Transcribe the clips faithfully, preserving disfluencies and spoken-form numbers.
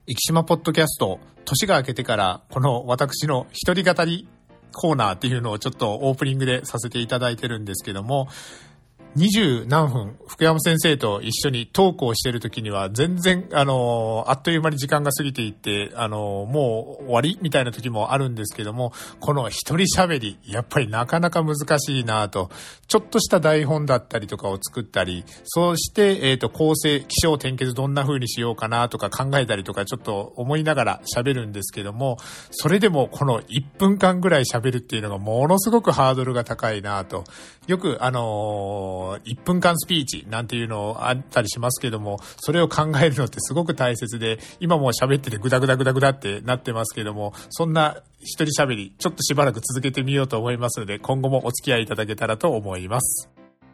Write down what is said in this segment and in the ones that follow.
生島ポッドキャスト、年が明けてからこの私の一人語りコーナーっていうのをちょっとオープニングでさせていただいてるんですけども、二十何分福山先生と一緒にトークをしている時には全然あのあっという間に時間が過ぎていってあのもう終わりみたいな時もあるんですけども、この一人喋りやっぱりなかなか難しいなと、ちょっとした台本だったりとかを作ったり、そうしてえっと構成起承転結どんな風にしようかなとか考えたりとかちょっと思いながら喋るんですけども、それでもこのいっぷんかんぐらい喋るっていうのがものすごくハードルが高いなと。よくあのいっぷんかんスピーチなんていうのあったりしますけども、それを考えるのってすごく大切で、今もう喋っててグダグダグダグダってなってますけども、そんな一人喋りちょっとしばらく続けてみようと思いますので、今後もお付き合いいただけたらと思います。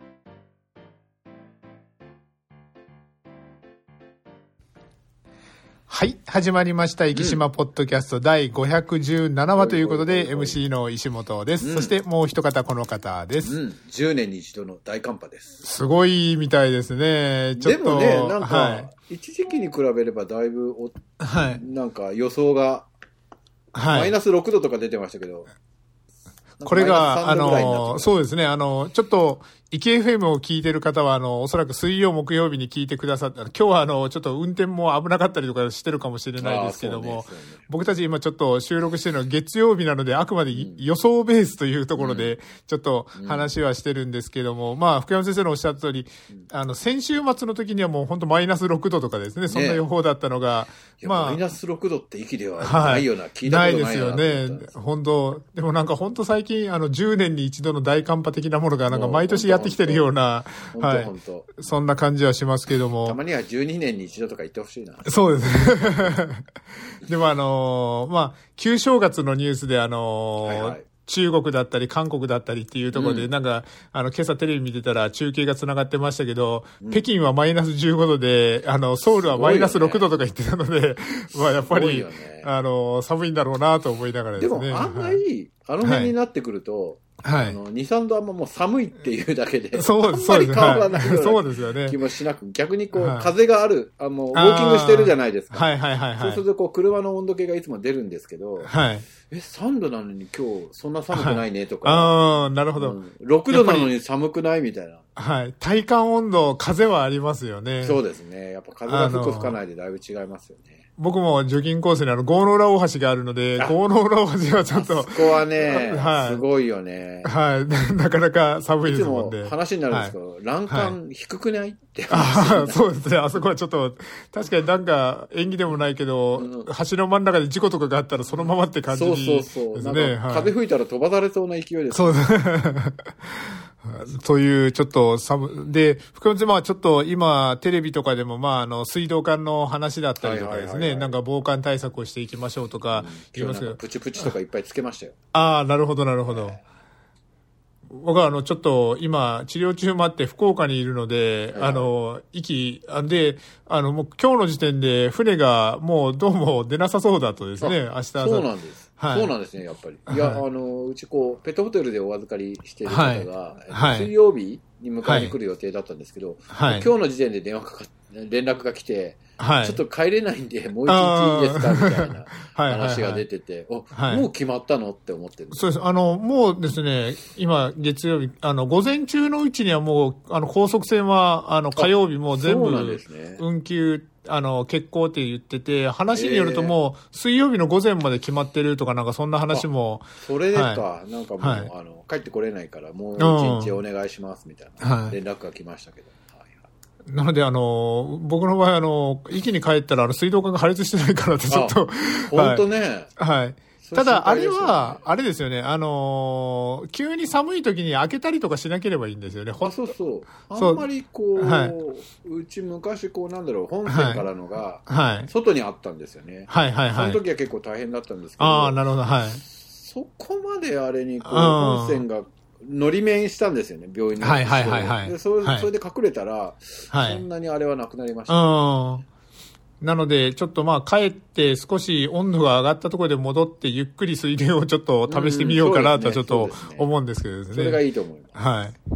はい、始まりました生島ポッドキャストだいごひゃくじゅうななわということで、うん、エムシー の石本です、うん、そしてもう一方この方です、 うん、じゅうねんに一度の大寒波です。 すごいみたいですね。ちょっとでもね、なんか、はい、一時期に比べればだいぶお、はい、なんか予想が、はい、マイナスろくどとか出てましたけど、 これが、あの、そうですね、あの、ちょっと、イケ エフエム を聞いてる方は、あの、おそらく水曜、木曜日に聞いてくださった、今日はあの、ちょっと運転も危なかったりとかしてるかもしれないですけども、ねね、僕たち今ちょっと収録してるのは月曜日なので、あくまで予想ベースというところで、ちょっと話はしてるんですけども、うん、まあ、福山先生のおっしゃった通り、あの、先週末の時にはもう本当マイナスろくどとかですね、そんな予報だったのが、 ね、まあ、マイナスろくどって息ではないような、はい、聞いたことないよな。 ないですよね。本当でもなんか本当最近、あの、じゅうねんに一度の大寒波的なものが、なんか毎年やってきてるような、はい、そんな感じはしますけども、 たまにはじゅうにねんに一度とか言ってほしいな。 そうですね。でもあのー、まあ旧正月のニュースであのーはいはい、中国だったり韓国だったりっていうところで、うん、なんかあの今朝テレビ見てたら中継がつながってましたけど、うん、北京はマイナスじゅうごどで、あのソウルはマイナスろくどとか言ってたので、まあやっぱり、ね、あの寒いんだろうなと思いながらですね。 でも案外、はい、あの辺になってくると。はい、あのに、さんどあんまもう寒いっていうだけで、そうです、あんまり変わらないような気もしなく、逆にこう、はい、風がある、あの、ウォーキングしてるじゃないですか。はいはいはいはい。そうするとこう、車の温度計がいつも出るんですけど、はい、え、さんどなのに今日そんな寒くないねとか、はい、 ああ、なるほど、うん。 ろくどなのに寒くないみたいな。 はい。体感温度、風はありますよね。 そうですね。やっぱ風が吹く吹かないでだいぶ違いますよね。 僕もジョギングコースにあの、郷ノ浦大橋があるので、郷ノ浦大橋はちょっと。 ここはね、はい、すごいよね。 はい。なかなか寒いですもんね。 いつも話になるんですけど、はい、欄干低くないって。 ああ、そうですね。あそこはちょっと、確かになんか演技でもないけど、うん、橋の真ん中で事故とかがあったらそのままって感じですね。 そうそうそう。なんか風吹いたら飛ばされそうな勢いです、ね。 そうですね。という、ちょっと寒、で、福山先生はちょっと今、テレビとかでも、まあ、あの、水道管の話だったりとかですね、なんか防寒対策をしていきましょうとか言いますけど。 うん、プチプチとかいっぱいつけましたよ。 ああ、なるほど、なるほど。僕はあの、ちょっと今、治療中もあって福岡にいるので、あの、息、で、あの、もう今日の時点で船がもうどうも出なさそうだとですね、明日朝。 そうなんです。はい、そうなんですね、やっぱり。いや、はい、あの、うちこう、ペットホテルでお預かりしている方が、はい、水曜日に迎えに来る予定だったんですけど、はい、今日の時点で電話かか連絡が来て、はい、ちょっと帰れないんで、もう一日いいですかみたいな話が出てて、はい、もう決まったのって思ってる。 そうです。あの、もうですね、今、月曜日、あの、午前中のうちにはもう、あの、高速船は、あの、火曜日も全部、運休、あの、欠航って言ってて、話によるともう、水曜日の午前まで決まってるとか、なんかそんな話も。 それですか、はい、なんかもう、はい、あの、帰ってこれないから、もう一日お願いします、みたいな連絡が来ましたけど。 なので、あの、僕の場合、あの、駅に帰ったら、あの、水道管が破裂してないからってちょっと。 本当ね。 はい。ただ、あれは、あれですよね、あの、急に寒い時に開けたりとかしなければいいんですよね。 あ、そうそう。あんまりこう、はい、うち昔こう、なんだろう、本線からのが、はい。外にあったんですよね。はいはいはい。その時は結構大変だったんですけど。 ああ、なるほど、はい。 そこまであれに、こう、本線が、乗り面したんですよね、病院の。 はいはいはいはい。 で、それ、はい、それで隠れたら、はい、そんなにあれはなくなりました、 ね。うん。なので、ちょっとまあ帰って少し温度が上がったところで戻ってゆっくり水田をちょっと試してみようかなとちょっと思うんですけどですね。 それがいいと思います。 はい。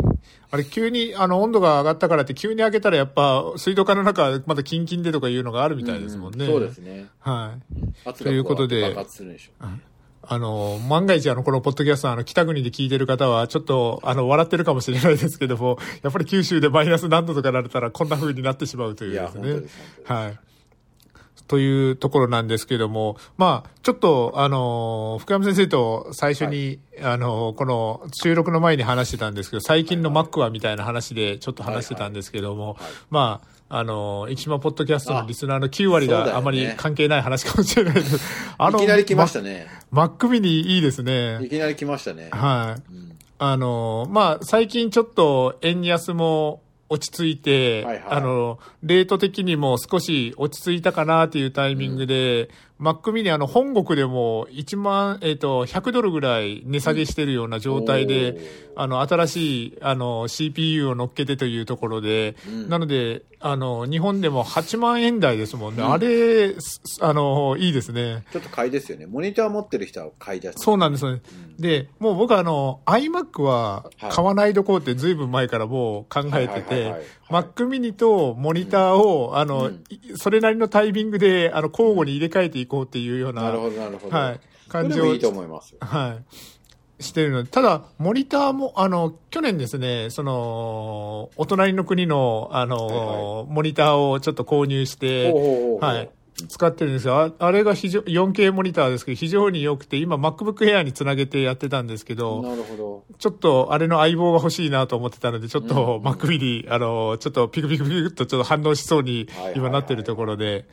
あれ急にあの温度が上がったからって急に開けたらやっぱ水道管の中まだキンキンでとかいうのがあるみたいですもんね。 うん、そうですね。 はい。 ということで、爆発するでしょう。 あの、万が一あの、このポッドキャストあの、北国で聞いてる方は、ちょっと、あの、笑ってるかもしれないですけども、やっぱり九州でマイナス何度とかなれたら、こんな風になってしまうというですね。いや、本当です、本当です。はい。というところなんですけども、まあ、ちょっと、あの、福山先生と最初に、はい、あの、この収録の前に話してたんですけど、最近の Mac はみたいな話でちょっと話してたんですけども、はいはいはい、まあ、あの、生島ポッドキャストのリスナーのきゅう割があまり関係ない話かもしれないです。ね、 あの、いきなり来ましたね。 Mac mini いいですね。 いきなり来ましたね。 はい。うん、あの、まあ、最近ちょっと円安も落ち着いて、はいはい、あの、レート的にも少し落ち着いたかなっていうタイミングで、うんMac mini あの本国でもいちまん、えっと、ひゃくドルぐらい値下げしてるような状態で、うん、あの、新しい、あの、シーピーユー を乗っけてというところで、うん、なので、あの、日本でもはちまんえん台ですもんね。うん、あれ、あの、いいですね。 ちょっと買いですよね。モニター持ってる人は買いです。 そうなんですよね。うん、で、もう僕はあの、iMac は買わないどこうってずいぶん前からもう考えてて、Mac mini とモニターを、あの、うん、それなりのタイミングで、あの、交互に入れ替えていこうっていうような、 なるほどなるほど、 はい、感じをいいと思いますよ。 はい、してるので、ただモニターもあの去年ですね、そのお隣の国のあの、はいはい、モニターをちょっと購入して、ほうほうほうほう、はい、使ってるんですよ。あ、あれが非常 よんケー モニターですけど非常に良くて、今 MacBook Air につなげてやってたんですけど、 なるほど。 ちょっとあれの相棒が欲しいなと思ってたので、ちょっと Mac mini、あのちょっとピクピクピクっとちょっと反応しそうに今なってるところで、はいはいはい、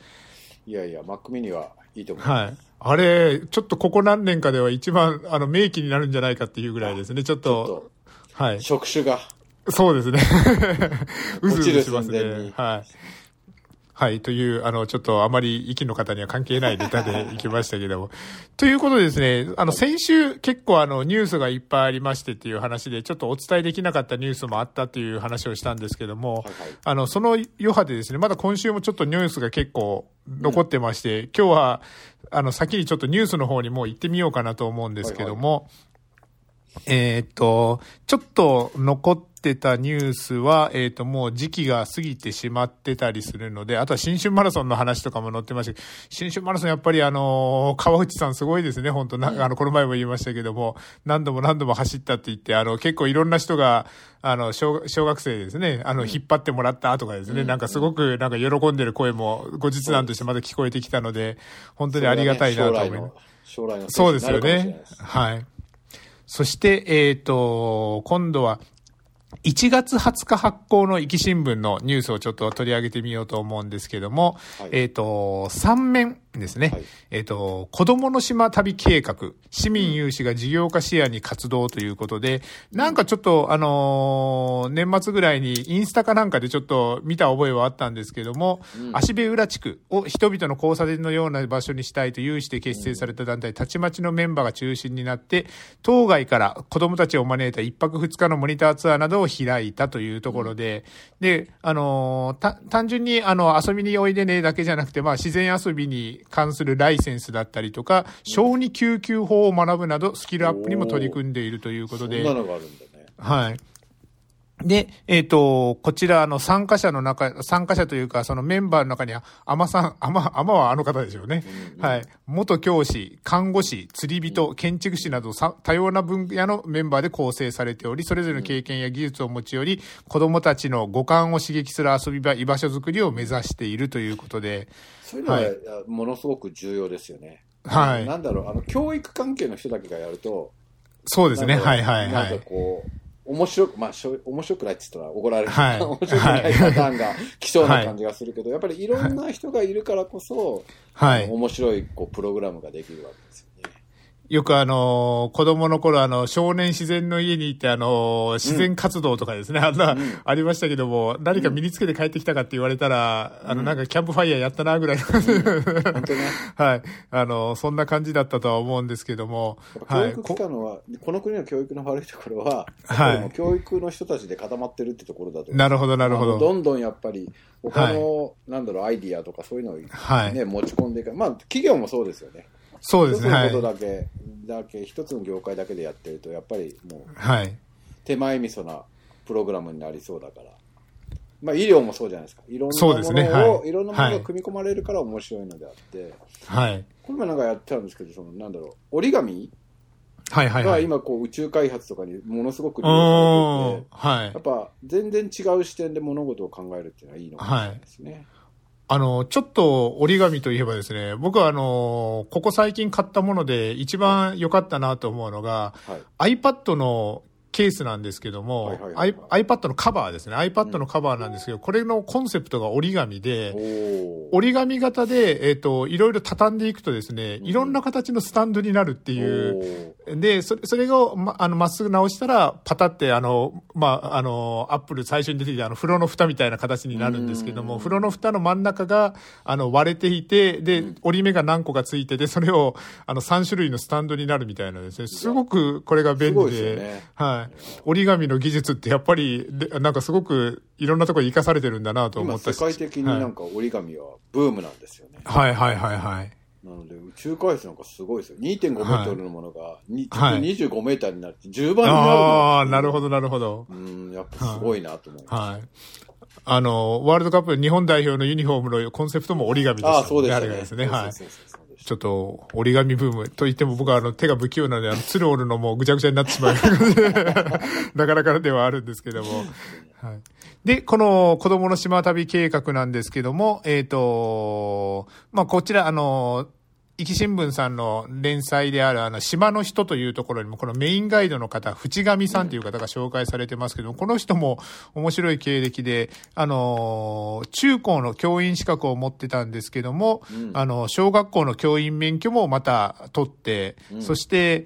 いやいや Mac mini はいいと思います。はい。 あれ、ちょっとここ何年かでは一番、あの、名機になるんじゃないかっていうぐらいですね。ちょっと、ちょっとはい。 触手が。 そうですね。うずうずしますね。 落ちる寸前に。 はい。はい。という、あの、ちょっとあまり息の方には関係ないネタでいきましたけども。ということでですね、あの、先週結構あの、ニュースがいっぱいありましてっていう話で、ちょっとお伝えできなかったニュースもあったっていう話をしたんですけども、はいはい、あの、その余波でですね、まだ今週もちょっとニュースが結構残ってまして、うん、今日は、あの、先にちょっとニュースの方にもう行ってみようかなと思うんですけども、はいはい、えっと、ちょっと残って、たニュースは、えっと、もう時期が過ぎてしまってたりするので、あとは新春マラソンの話とかも載ってましたけど、新春マラソンやっぱりあの、川内さんすごいですね、本当な、あの、この前も言いましたけども、何度も何度も走ったって言って、あの、結構いろんな人が、あの、小、小学生ですね、あの、引っ張ってもらったとかですね、なんかすごくなんか喜んでる声も後日談としてまだ聞こえてきたので、本当にありがたいなと思います。 将来の、 そうですよね。はい。そして、えっと、今度は、いちがつはつか発行の壱岐新聞のニュースをちょっと取り上げてみようと思うんですけども、はい、えっと、さん面ですね。はい、えっと、子供の島旅計画、市民有志が事業化視野に活動ということで、うん、なんかちょっと、あのー、年末ぐらいにインスタかなんかでちょっと見た覚えはあったんですけども、うん、足部浦地区を人々の交差点のような場所にしたいと有志で結成された団体、たちまちのメンバーが中心になって、当該から子供たちを招いたいっぱくふつかのモニターツアーなどを開いたというところで、うん、で、あのー、単純にあの遊びにおいでねだけじゃなくて、まあ自然遊びに関するライセンスだったりとか、小児救急法を学ぶなどスキルアップにも取り組んでいるということで、 そんなのがあるんだね。 はい。で、えっと、こちら、あの、参加者の中、参加者というか、そのメンバーの中には、アマさん、アマ、アマはあの方でしょうね。うんうん、はい。元教師、看護師、釣り人、建築士などさ、多様な分野のメンバーで構成されており、それぞれの経験や技術を持ち寄り、子供たちの五感を刺激する遊び場、居場所づくりを目指しているということで。 そういうのは、はい、ものすごく重要ですよね。 はい。 なんだろう、あの、教育関係の人だけがやると、 そうですね、はいはいはい。 なんかこう、面白く、まあ、しょ面白くないって言ったら怒られる。はい、面白くないパターンが来そうな感じがするけど、はい、やっぱりいろんな人がいるからこそ、はい、面白いこうプログラムができるわけですよね。 よくあの、子供の頃あの、少年自然の家に行ってあの、自然活動とかですね、うん、あんな、うん、ありましたけども、何か身につけて帰ってきたかって言われたら、うん、あの、なんかキャンプファイヤーやったな、ぐらいの感じ、うん、本当ね。はい。あの、そんな感じだったとは思うんですけども。 教育機関のは、はい、この国の教育の悪いところは、はい。教育の人たちで固まってるってところだと思う。 なるほど、なるほど。 どんどんやっぱり、他の、はい、なんだろう、アイディアとかそういうのをね、はい、持ち込んでいく。まあ、企業もそうですよね。 そうですね。 一つのことだけ、はい、だけ、一つの業界だけでやってると、やっぱりもう、はい。手前味噌なプログラムになりそうだから。まあ医療もそうじゃないですか。いろんなものを、ねはい、いろんなものが組み込まれるから面白いのであって、はい。これもなんかやってたんですけど、そのなんだろう、折り紙はいはいはい。 が今こう宇宙開発とかにものすごく利用されていて、はい。やっぱ全然違う視点で物事を考えるっていうのはいいのかもしれないですね。はい、 あの、ちょっと折り紙といえばですね、僕はあの、ここ最近買ったもので一番良かったなと思うのが、はい、iPad のケースなんですけども、はいはいはいはい、iPad のカバーですね。iPad のカバーなんですけど、うん、これのコンセプトが折り紙で、折り紙型で、えっと、いろいろ畳んでいくとですね、いろんな形のスタンドになるっていう、うん、で、それ、それが、ま、あの、まっすぐ直したら、パタって、あの、まあ、あの、アップル最初に出てきたあの、風呂の蓋みたいな形になるんですけども、風呂の蓋の真ん中が、あの、割れていて、で、折り目が何個かついてて、それを、あの、さん種類のスタンドになるみたいなですね、すごくこれが便利で、ね、はい。折り紙の技術ってやっぱりなんかすごくいろんなところに生かされてるんだなと思ったし、 今世界的になんか折り紙はブームなんですよね。 はいはいはいはい。 なので宇宙開発なんかすごいですよ。にてんごメートルのものがにじゅうごメーターになってじゅうばいになる。 ああ、なるほどなるほど。 うん、やっぱすごいなと思います。はい。はい、 あのワールドカップ日本代表のユニフォームのコンセプトも折り紙でした、ね。ああ、そうですね。あれがですね。はい。ちょっと折り紙ブームといっても僕はあの手が不器用なので、あの鶴折るのもぐちゃぐちゃになってしまうなかなかではあるんですけども、はい、でこの子供の島旅計画なんですけども、えっとまあこちらあの壱岐新聞さんの連載であるあの島の人というところにもこのメインガイドの方、淵上さんという方が紹介されてますけども、この人も面白い経歴で、あの、中高の教員資格を持ってたんですけども、うん、あの、小学校の教員免許もまた取って、うん、そして、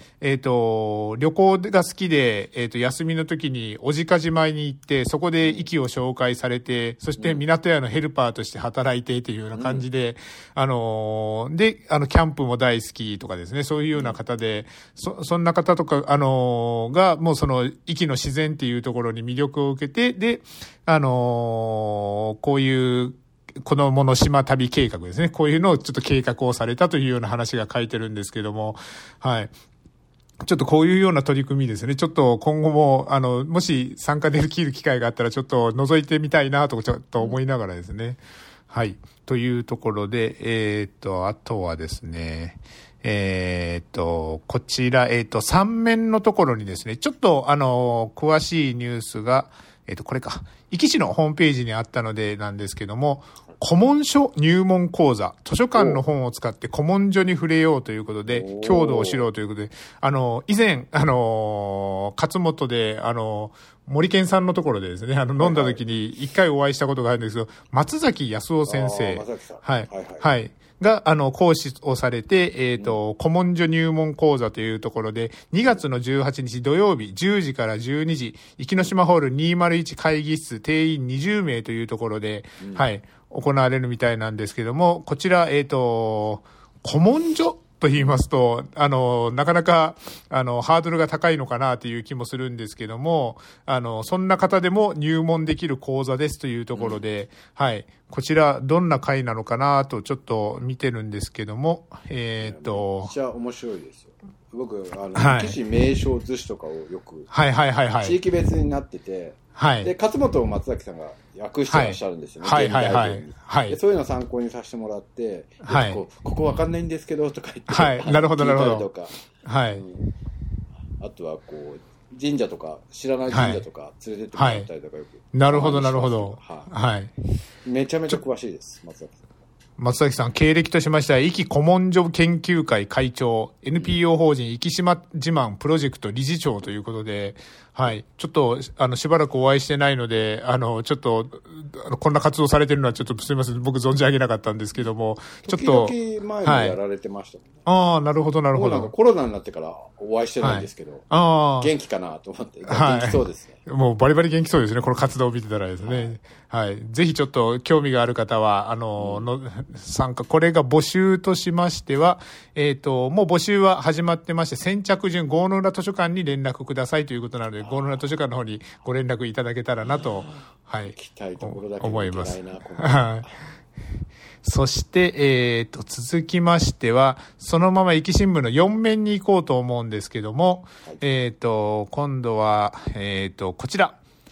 えっと、旅行が好きで、えっと、休みの時に小値賀島に行って、そこで壱岐を紹介されて、そして港屋のヘルパーとして働いていていうような感じで、うん、あの、で、あの、キャンプも大好きとかですね、そういうような方で、そ、そんな方とか、あのー、が、もうその、壱岐の自然っていうところに魅力を受けて、で、あのー、こういう、子供の島旅計画ですね、こういうのをちょっと計画をされたというような話が書いてるんですけども、はい。ちょっとこういうような取り組みですね。ちょっと今後も、あの、もし参加できる機会があったら、ちょっと覗いてみたいなと、ちょっと思いながらですね。はい。というところで、えっと、あとはですね、えっと、こちら、えっと、三面のところにですね、ちょっと、あの、詳しいニュースが、えっと、これか、壱岐市のホームページにあったのでなんですけども、古文書入門講座、図書館の本を使って古文書に触れようということで、郷土を知ろうということで、あの、以前、あの、勝本で、あの、森健さんのところでですね、あの、飲んだ時に一回お会いしたことがあるんですけど、松崎康夫先生。はい。はい、はい。が、あの、講師をされて、えっと、古文書入門講座というところで、にがつのじゅうはちにち土曜日、じゅうじからじゅうにじ、壱岐島ホールにひゃくいち会議室、定員にじゅうめいというところで、うん、はい、行われるみたいなんですけども、こちら、えっと、古文書と言いますと、あの、なかなか、あの、ハードルが高いのかなという気もするんですけども、あの、そんな方でも入門できる講座ですというところで、うん、はい。こちら、どんな会なのかなとちょっと見てるんですけども、えっと。 めっちゃ面白いですよ。僕、あの、はい、岸名称図紙とかをよく、 はいはいはいはい。 地域別になってて、はい。で、勝本松崎さんが訳してらっしゃるんですよね。 はい、はい、はい、はい。 で、そういうのを参考にさせてもらって、はい。ここ、ここわかんないんですけど、とか言って。 はい。なるほど、なるほど。 とか。 はい、うん。 あとは、こう、神社とか、知らない神社とか、連れてってもらったりとかよく、はい。 なるほど、なるほど。はい。 めちゃめちゃ詳しいです、松崎さん。 松崎さん、経歴としましては、壱岐古文書研究会会長、エヌピーオー 法人壱岐島自慢プロジェクト理事長ということで、はい。ちょっと、あの、しばらくお会いしてないので、あの、ちょっと、あのこんな活動されてるのはちょっとすみません。僕存じ上げなかったんですけども、ちょっと。 時々前もやられてましたもんね。 はい、ああ、なるほど、なるほど。 なんかコロナになってからお会いしてないんですけど、はい、あ元気かなと思って、元気そうですね、 はい。もうバリバリ元気そうですね。この活動を見てたらですね。はい。はい、ぜひちょっと興味がある方は、あの、うん、の参加、これが募集としましては、えっと、もう募集は始まってまして、先着順、郷野浦図書館に連絡くださいということなので、郷野浦図書館の方にご連絡いただけたらなと、はい。 行きたいところだけ思います。はい。そして、えっと、続きましては、そのまま壱岐新聞のよんめんに行こうと思うんですけども、はい、えっと、今度は、えっと、こちら。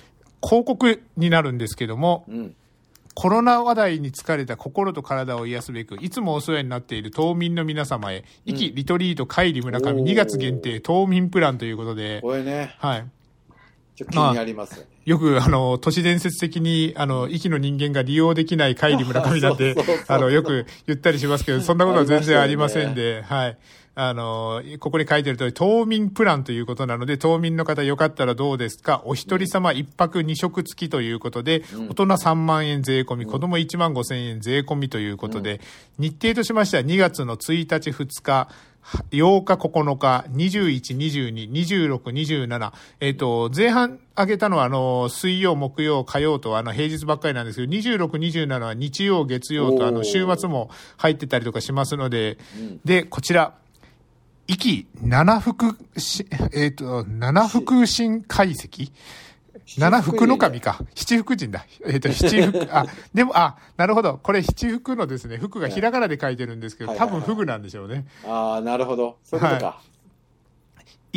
広告になるんですけども、 うん、 コロナ話題に疲れた心と体を癒すべく、いつもお世話になっている島民の皆様へ、壱岐、うん、リトリート帰り村上にがつ限定島民プランということで、 これね。 はい。 ちょっと気になりますよね。まあ、 よく、あの、都市伝説的に、あの、壱岐の人間が利用できない帰り村上なんて、そうそうそうそう、あの、よく言ったりしますけど、そんなことは全然ありませんで、ね、はい。あの、ここに書いてる通り、島民プランということなので、島民の方よかったらどうですか？お一人様一泊二食付きということで、うん、大人さんまんえん税込み、うん、子供いちまんごせんえん税込みということで、うん、日程としましてはにがつのついたち、ふつか、ようか、ここのか、にじゅういち、にじゅうに、にじゅうろく、にじゅうなな。えっと、前半上げたのは、あの、水曜、木曜、火曜と、あの、平日ばっかりなんですけど、にじゅうろく、にじゅうななは日曜、月曜と、あの、週末も入ってたりとかしますので、うん、で、こちら、壱岐七福し、えっと、七福神解析七福の神か。七福神だ。えっと、七福、あ、でも、あ、なるほど。これ七福のですね、福がひらがなで書いてるんですけど、多分福なんでしょうね。 ああ、なるほど。そういうことか。はい、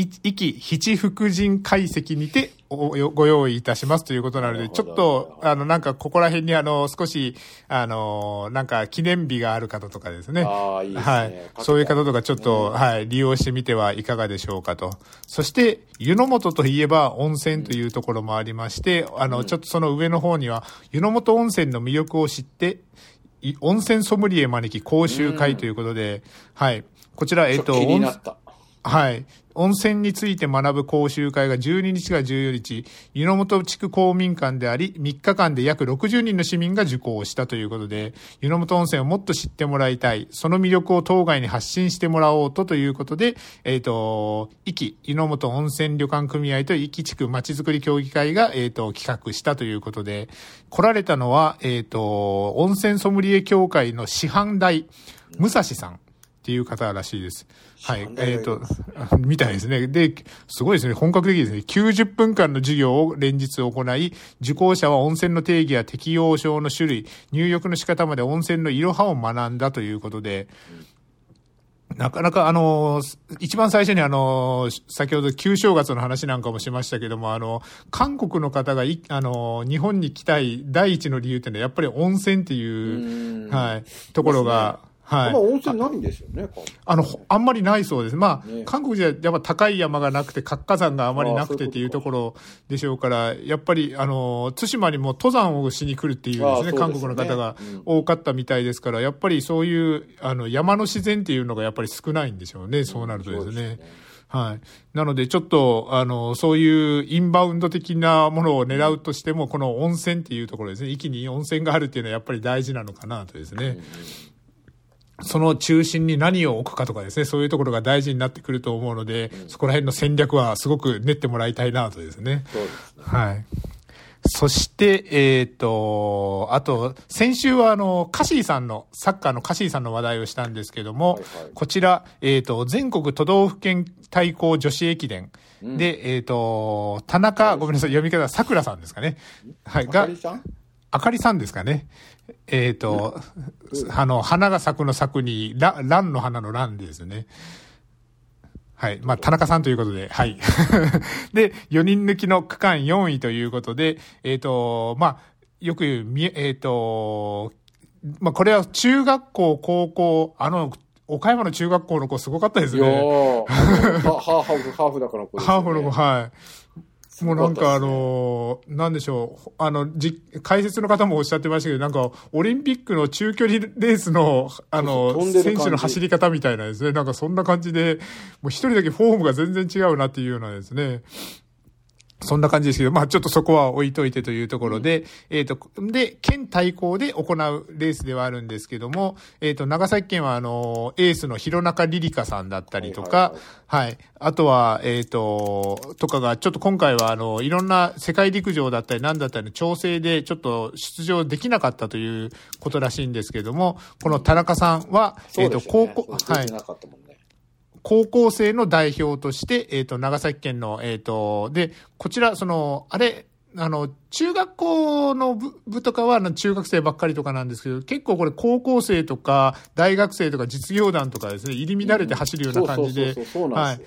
壱岐七福神解析にておご用意いたしますということなので、ちょっと、あの、なんか、ここら辺にあの、少し、あの、なんか、記念日がある方とかですね。 ああ、いいですね。 はい。そういう方とかちょっと、はい、利用してみてはいかがでしょうかと。そして、湯の本といえば温泉というところもありまして、あの、ちょっとその上の方には、湯の本温泉の魅力を知って、温泉ソムリエ招き講習会ということで、はい。こちら、えっと、 気になった。 はい。温泉について学ぶ講習会がじゅうににちからじゅうよっか、湯の本地区公民館であり、みっかかんで約ろくじゅうにんの市民が受講したということで、湯の本温泉をもっと知ってもらいたい、その魅力を当該に発信してもらおうとということで、えっと、壱岐湯の本温泉旅館組合と壱岐地区まちづくり協議会が、えっと、企画したということで、来られたのは、えっと、温泉ソムリエ協会の師範代、武蔵さん。っていう方らしいです。はい。えっと、みたいですね。で、すごいですね。本格的ですね。きゅうじゅっぷんかんの授業を連日行い、受講者は温泉の定義や適用症の種類、入浴の仕方まで温泉のいろはを学んだということで、なかなかあの、一番最初にあの、先ほど旧正月の話なんかもしましたけども、あの、韓国の方がい、あの、日本に来たい第一の理由っていうのはやっぱり温泉っていう、はい、ところが、はい。 まあ温泉ないんですよね。 あの、あんまりないそうです。まあ、ね、韓国じゃやっぱ高い山がなくて、活火山があまりなくてっていうところでしょうから、やっぱり、あの、対馬にも登山をしに来るっていうですね、韓国の方が多かったみたいですから、やっぱりそういう、あの、山の自然っていうのがやっぱり少ないんでしょうね。そうなるとですね。うん、そうですね。はい。なので、ちょっと、あの、そういうインバウンド的なものを狙うとしても、この温泉っていうところですね。壱岐に温泉があるっていうのはやっぱり大事なのかなとですね。うんうん、その中心に何を置くかとかですね、そういうところが大事になってくると思うので、うん、そこら辺の戦略はすごく練ってもらいたいなとですね。 そうですね。 はい。そして、えっと、あと、先週はあの、カシーさんの、サッカーのカシーさんの話題をしたんですけども、はいはい、こちら、えっと、全国都道府県対抗女子駅伝で、うん、えっと、田中、ごめんなさい、読み方は桜さんですかね。はい、が、あかりさんですかね。えっ、ー、と、あの、花が咲くの咲くに、ら、蘭の花の蘭ですね。はい。まあ、田中さんということで、はい。で、よにん抜きの区間よんいということで、えっ、ー、と、まあ、よく言う、えっ、ー、と、まあ、これは中学校、高校、あの、岡山の中学校の子すごかったですね。 ハーフ、ハーフだから子ですね。 ハーフの子、はい。もうなんかあのー、なんでしょう、あの、じ、解説の方もおっしゃってましたけど、なんか、オリンピックの中距離レースの、あの、選手の走り方みたいなですね。なんかそんな感じで、もう一人だけフォームが全然違うなっていうようなですね。そんな感じですけど、まあちょっとそこは置いといてというところで、うん、えっと、で、県対抗で行うレースではあるんですけども、えっと、長崎県はあの、エースの弘中リリカさんだったりとか、はい、はいはい、あとは、えっと、とかが、ちょっと今回はあの、いろんな世界陸上だったり何だったりの調整でちょっと出場できなかったということらしいんですけども、この田中さんは、 うん、えっと、高校、はい。 高校生の代表として、えっと、長崎県の、えっと、で、こちら、その、あれ、あの、中学校の部、部とかは中学生ばっかりとかなんですけど、結構これ高校生とか大学生とか実業団とかですね、入り乱れて走るような感じで、はい。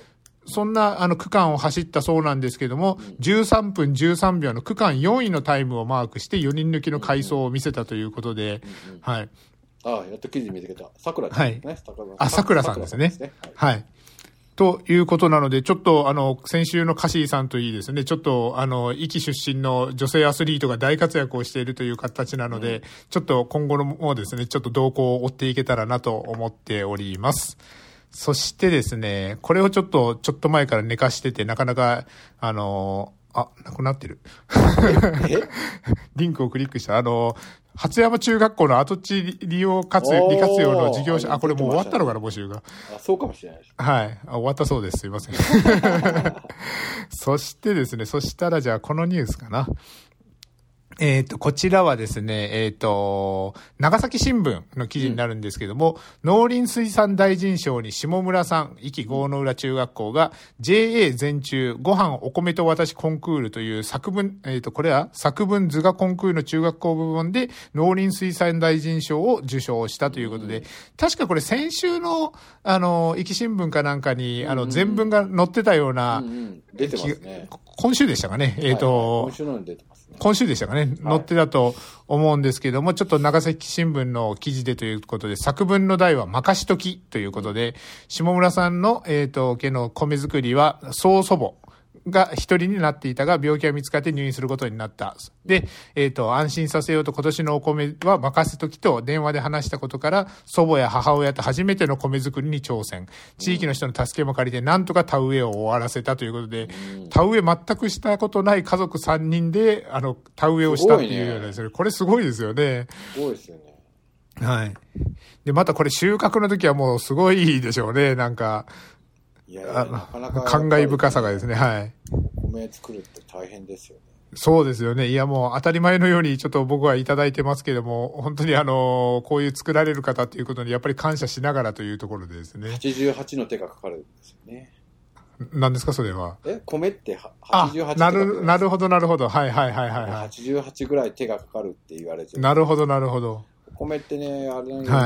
そんなあの区間を走ったそうなんですけども、うん、じゅうさんぷんじゅうさんびょうの区間よんいのタイムをマークしてよにん抜きの快走を見せたということで、うんうん、はい。 ああ、やっと記事見つけた。桜ちゃんですね。はい、 あ、桜さんですね。はい。はい。ということなので、ちょっとあの、先週のカシーさんといいですね、ちょっとあの、壱岐出身の女性アスリートが大活躍をしているという形なので、うん、ちょっと今後のもですね、ちょっと動向を追っていけたらなと思っております。そしてですね、これをちょっと、ちょっと前から寝かしてて、なかなか、あの、あ、なくなってる。リンクをクリックした。あの、初山中学校の跡地利用活用、利活用の事業者、あ、これもう終わったのかな、募集が。 あ、そうかもしれないです。 はい。あ、終わったそうです。すいません。そしてですね、そしたらじゃあこのニュースかな。えっと、こちらはですね、えっと、長崎新聞の記事になるんですけども、うん、農林水産大臣賞に下村さん、壱岐郷の浦中学校が ジェーエー 全中ご飯お米と私コンクールという作文、えっと、これは作文図画コンクールの中学校部門で農林水産大臣賞を受賞したということで、うん、確かこれ先週の、あの、壱岐新聞かなんかに、あの、全文が載ってたような、うんうん、 出てますね。 今週でしたかね。えっと、 はいはい、今週のに出てます。 今週でしたかね、載ってたと思うんですけども、はい、ちょっと長崎新聞の記事でということで、作文の題は任しときということで、下村さんの、えっと、家の米作りは、曽祖母が一人になっていたが、病気が見つかって入院することになった。で、えっと、安心させようと今年のお米は任せときと電話で話したことから、祖母や母親と初めての米作りに挑戦。地域の人の助けも借りて、なんとか田植えを終わらせたということで、うん、田植え全くしたことない家族さんにんで、あの、田植えをしたっていうようなですね。これすごいですよね。 すごいですよね。 はい。で、またこれ収穫の時はもうすごいでしょうね、なんか。 いやいや、なかなか、ね、 感慨深さがですね、はい。 お米作るって大変ですよね。 そうですよね。いやもう当たり前のようにちょっと僕はいただいてますけども、本当にあの、こういう作られる方っていうことにやっぱり感謝しながらというところでですね。 はちじゅうはちの手がかかるんですよね。 何ですかそれは。 え、米ってはちじゅうはちあ、なる、なるほどなるほど。はいはいはいはい、はい。 はちじゅうはちぐらい手がかかるって言われてる。 なるほどなるほど。 米ってね、あれなんだよね、はい、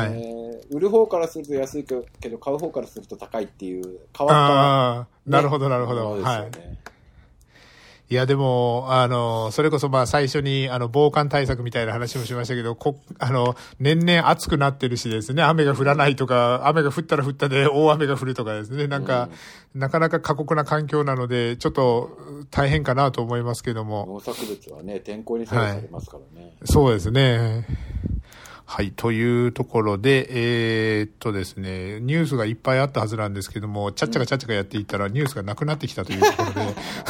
売る方からすると安いけど、買う方からすると高いっていう、変わった、ね。ああ、 なるほど、なるほど。ね、はい。いや、でも、あの、それこそまあ最初に、あの、防寒対策みたいな話もしましたけど、こ、あの、年々暑くなってるしですね、雨が降らないとか、雨が降ったら降ったで大雨が降るとかですね、なんか、うん、なかなか過酷な環境なので、ちょっと大変かなと思いますけども。 農作物はね、天候に左右されますからね。 はい、そうですね。はい。というところで、えー、っとですね、ニュースがいっぱいあったはずなんですけども、ちゃっちゃかちゃっちゃかやっていったらニュースがなくなってきたというところで。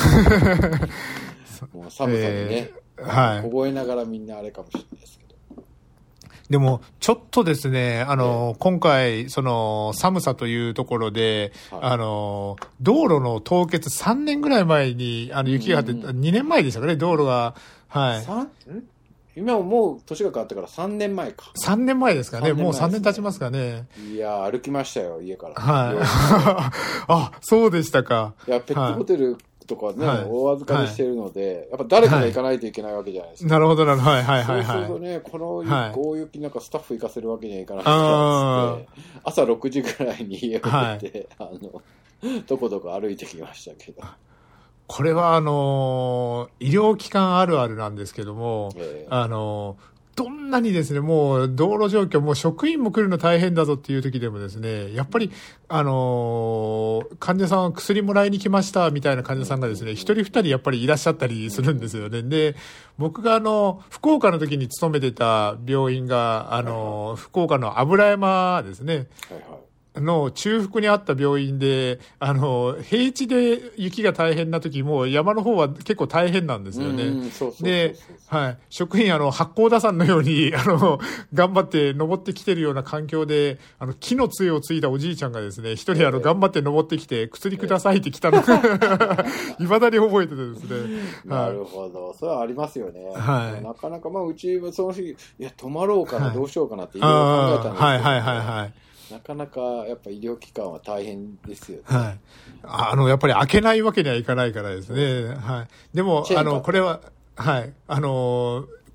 もう寒さにね、えー、はい。凍えながらみんなあれかもしれないですけど。 でも、ちょっとですね、あの、えー、今回、その、寒さというところで、はい、あの、道路の凍結さんねんぐらい前に、あの、雪があって、うんうん、にねんまえでしたかね、道路が、はい。 さんん今もう年が変わってからさんねんまえか。 さんねんまえですかね。もうさんねん経ちますかね。 いや歩きましたよ、家から。 はい。あ、そうでしたか。 いや、ペットホテルとかね、はい、大預かりしてるので、はい、やっぱ誰かが行かないといけないわけじゃないですか。 はい、なるほど、なるほど。はいはいはい、はい。 そうするとね、この大雪なんかスタッフ行かせるわけにはいかないからって、朝ろくじぐらいに家を出て、はい、あの、どこどこ歩いてきましたけど。 これはあのー、医療機関あるあるなんですけども、えー、あのー、どんなにですね、もう道路状況、もう職員も来るの大変だぞっていう時でもですね、やっぱり、あのー、患者さんは薬もらいに来ましたみたいな患者さんがですね、一人二人やっぱりいらっしゃったりするんですよね。で、僕があの、福岡の時に勤めてた病院が、あのー、福岡の油山ですね。はいはいの中腹にあった病院で、あの、平地で雪が大変な時も山の方は結構大変なんですよね。で、はい。職員、あの、八甲田山のように、あの、頑張って登ってきてるような環境で、あの、木の杖をついたおじいちゃんがですね、一人あの、頑張って登ってきて、薬くださいって来たのが、未だに覚えててですね。 なるほど。それはありますよね。はい。なかなか、まあ、うちはその日、いや、泊まろうかな、どうしようかなっていろいろ考えたんですけど、はいはいはいはい。なかなかやっぱ医療機関は大変ですよね。 はい。あの、やっぱり開けないわけにはいかないからですね。はい。でも、あの、これは、はい。あの、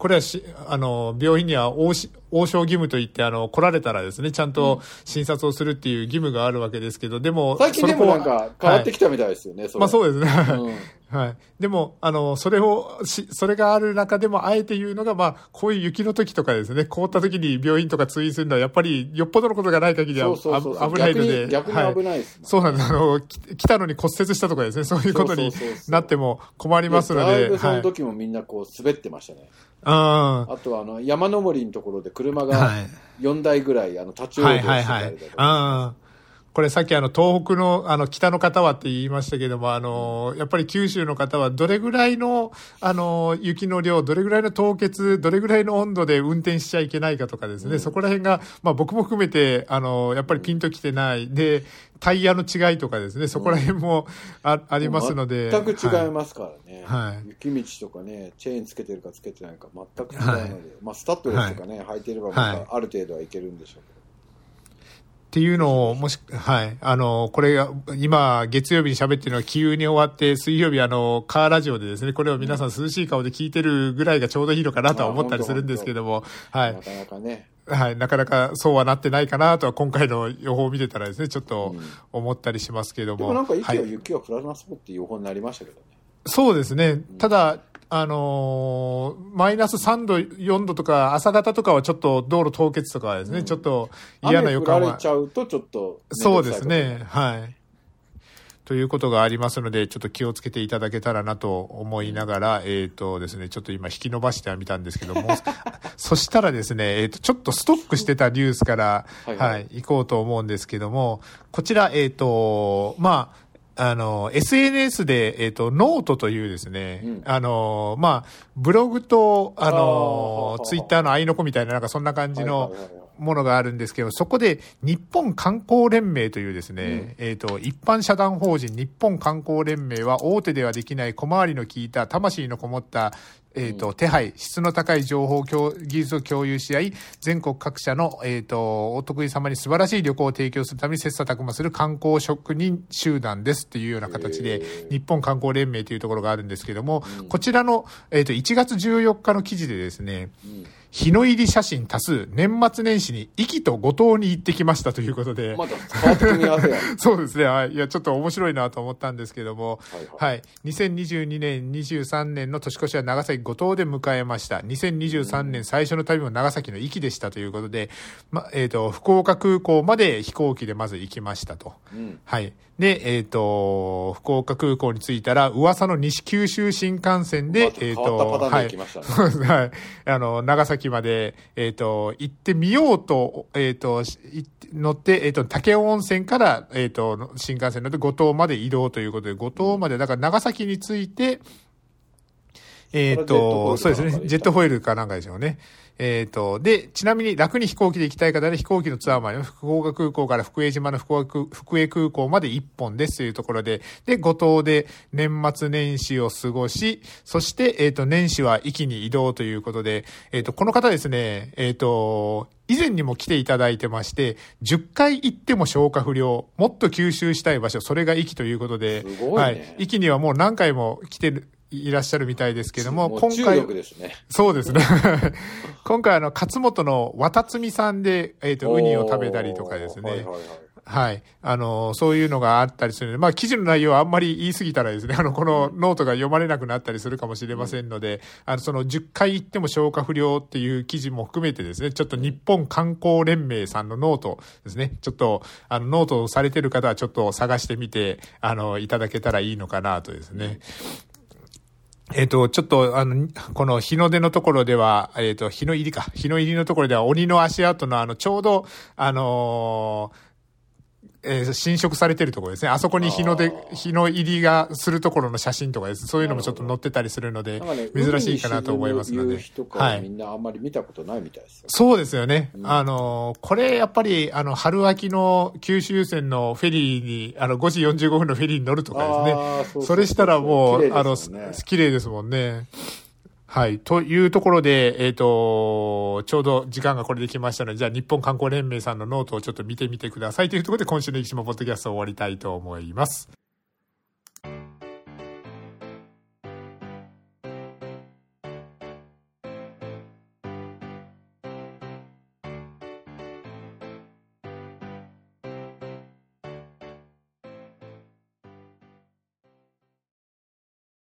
これはし、あの、病院には応し応召義務といって、あの、来られたらですね、ちゃんと診察をするっていう義務があるわけですけど、でも、 最近でもなんか変わってきたみたいですよね、はい、 そまあそうですね。うん、はい。でも、あの、それをし、それがある中でも、あえて言うのが、まあ、こういう雪の時とかですね、凍った時に病院とか通院するのは、やっぱり、よっぽどのことがない限りはそうそうそうそう危ないので。 逆に、逆に危ないです、ね、 はい。そうなんです。あの、来たのに骨折したとかですね、そういうことになっても困りますので。 だいぶその時もみんなこう、滑ってましたね。はい、あ, あとはあの山登りのところで車がよんだいぐらいあの立ち往生してたりとか、はいはいはい、あこれさっきあの東北のあの北の方はって言いましたけども、あのやっぱり九州の方はどれぐらいのあの雪の量、どれぐらいの凍結、どれぐらいの温度で運転しちゃいけないかとかですね、うん、そこら辺がまあ僕も含めてあのやっぱりピンときてないで、タイヤの違いとかですね、そこら辺も あ,、うん、ありますので。 全く違いますからね。はい、雪道とかね、チェーンつけてるかつけてないか全く違うので、はい、まあスタッドレスとかね、はい、履いてればまたある程度はいけるんでしょうけど。 っていうのを、もし、はい。あの、これが、今、月曜日に喋ってるのは急に終わって、水曜日、あの、カーラジオでですね、これを皆さん涼しい顔で聞いてるぐらいがちょうどいいのかなとは思ったりするんですけども、はい。 なかなかね。 はい。なかなかそうはなってないかなとは、今回の予報を見てたらですね、ちょっと思ったりしますけども。でもなんか、息は雪は降らなそうっていう予報になりましたけどね。 そうですね。ただ、あのー、マイナスさんど、よんどとか、朝方とかはちょっと道路凍結とかはですね、うん、ちょっと嫌な予感は。 雨降られちゃうとちょっと。 そうですね。はい。ということがありますので、ちょっと気をつけていただけたらなと思いながら、えっとですね、ちょっと今引き伸ばしてはみたんですけども、そしたらですね、えっと、ちょっとストックしてたニュースから、はい、はいはい、行こうと思うんですけども、こちら、えっと、まあ、あの、エスエヌエス で、えっと、ノートというですね、うん、あの、まあ、ブログと、あの、ツイッターの愛の子みたいな、なんかそんな感じのものがあるんですけど、そこで日本観光連盟というですね、うん、えっと、一般社団法人日本観光連盟は大手ではできない小回りの効いた魂のこもったえっと、手配、質の高い情報、技術を共有し合い、全国各社の、えっと、お得意様に素晴らしい旅行を提供するために切磋琢磨する観光職人集団ですっていうような形で、日本観光連盟というところがあるんですけども、こちらの、えっと、いちがつじゅうよっかの記事でですね、日の入り写真多数、年末年始に壱岐と五島に行ってきましたということで。 まだ変わって組み合わせや。 そうですね。はい。いや、ちょっと面白いなと思ったんですけども、はい、はいはい。にせんにじゅうにねん、にじゅうさんねんの年越しは長崎五島で迎えました。にせんにじゅうさんねん最初の旅も長崎の壱岐でしたということで、ま、えっと、福岡空港まで飛行機でまず行きましたと。うん、はい。で、えっと、福岡空港に着いたら、噂の西九州新幹線で、えっと、はい。はい。あの、長崎まで、えっと、行ってみようと、えっと、乗って、えっと、武雄温泉から、えっと、新幹線乗って五島まで移動ということで、五島まで、だから長崎に着いて、えっと、そうですね、ジェットフォイルかなんかでしょうね。えっと、で、ちなみに楽に飛行機で行きたい方で飛行機のツアーまで、福岡空港から福江島の福岡福江空港まで一本ですというところで、で、五島で年末年始を過ごし、そして、えっと、年始は壱岐に移動ということで、えっと、この方ですね、えっと、以前にも来ていただいてまして、じゅっかい行っても消化不良、もっと吸収したい場所、それが壱岐ということで、 すごいね、 はい。壱岐にはもう何回も来てる、いらっしゃるみたいですけども、 も今回、ですね、 そうですね。今回あの、勝本の渡積さんで、えっと、ウニを食べたりとかですね。はいはいはい。はい。あの、そういうのがあったりするので、まあ、記事の内容はあんまり言い過ぎたらですね、あの、このノートが読まれなくなったりするかもしれませんので、うん、あの、そのじゅっかい行っても消化不良っていう記事も含めてですね、ちょっと日本観光連盟さんのノートですね、ちょっと、あの、ノートをされてる方はちょっと探してみて、あの、いただけたらいいのかなとですね。えっと、ちょっと、あの、この日の出のところでは、えっと、日の入りか、日の入りのところでは鬼の足跡のあの、ちょうど、あのー、えー、侵食されてるところですね。あそこに日の出、日の入りがするところの写真とかです。そういうのもちょっと載ってたりするので、ね、珍しいかなと思いますので。 はい。みんなあんまり見たことないみたいですよ、ね。 そうですよね。うん、あの、これやっぱり、あの、春秋の九州線のフェリーに、あの、ごじよんじゅうごふんのフェリーに乗るとかですね。そうそうそう、それしたらもう、あの、綺麗ですもんね。はい。というところで、えっと、ちょうど時間がこれで来ましたので、じゃあ日本観光連盟さんのノートをちょっと見てみてくださいというところで、今週の生島ポッドキャストを終わりたいと思います。